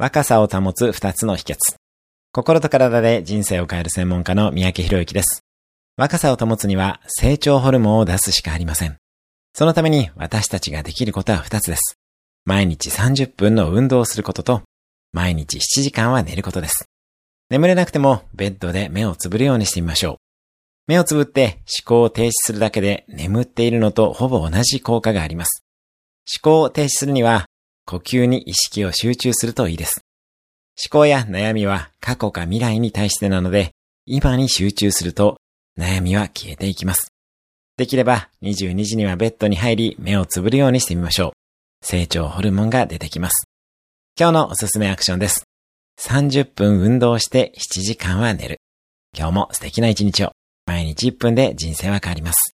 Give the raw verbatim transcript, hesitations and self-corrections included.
若さを保つふたつの秘訣。心と体で人生を変える専門家の三宅博之です。若さを保つには成長ホルモンを出すしかありません。そのために私たちができることはふたつです。毎日さんじゅっぷんの運動をすることと、毎日しちじかんは寝ることです。眠れなくてもベッドで目をつぶるようにしてみましょう。目をつぶって思考を停止するだけで眠っているのとほぼ同じ効果があります。思考を停止するには呼吸に意識を集中するといいです。思考や悩みは過去か未来に対してなので、今に集中すると悩みは消えていきます。できればにじゅうにじにはベッドに入り目をつぶるようにしてみましょう。成長ホルモンが出てきます。今日のおすすめアクションです。さんじゅっぷん運動してしちじかんは寝る。今日も素敵な一日を。毎日いっぷんで人生は変わります。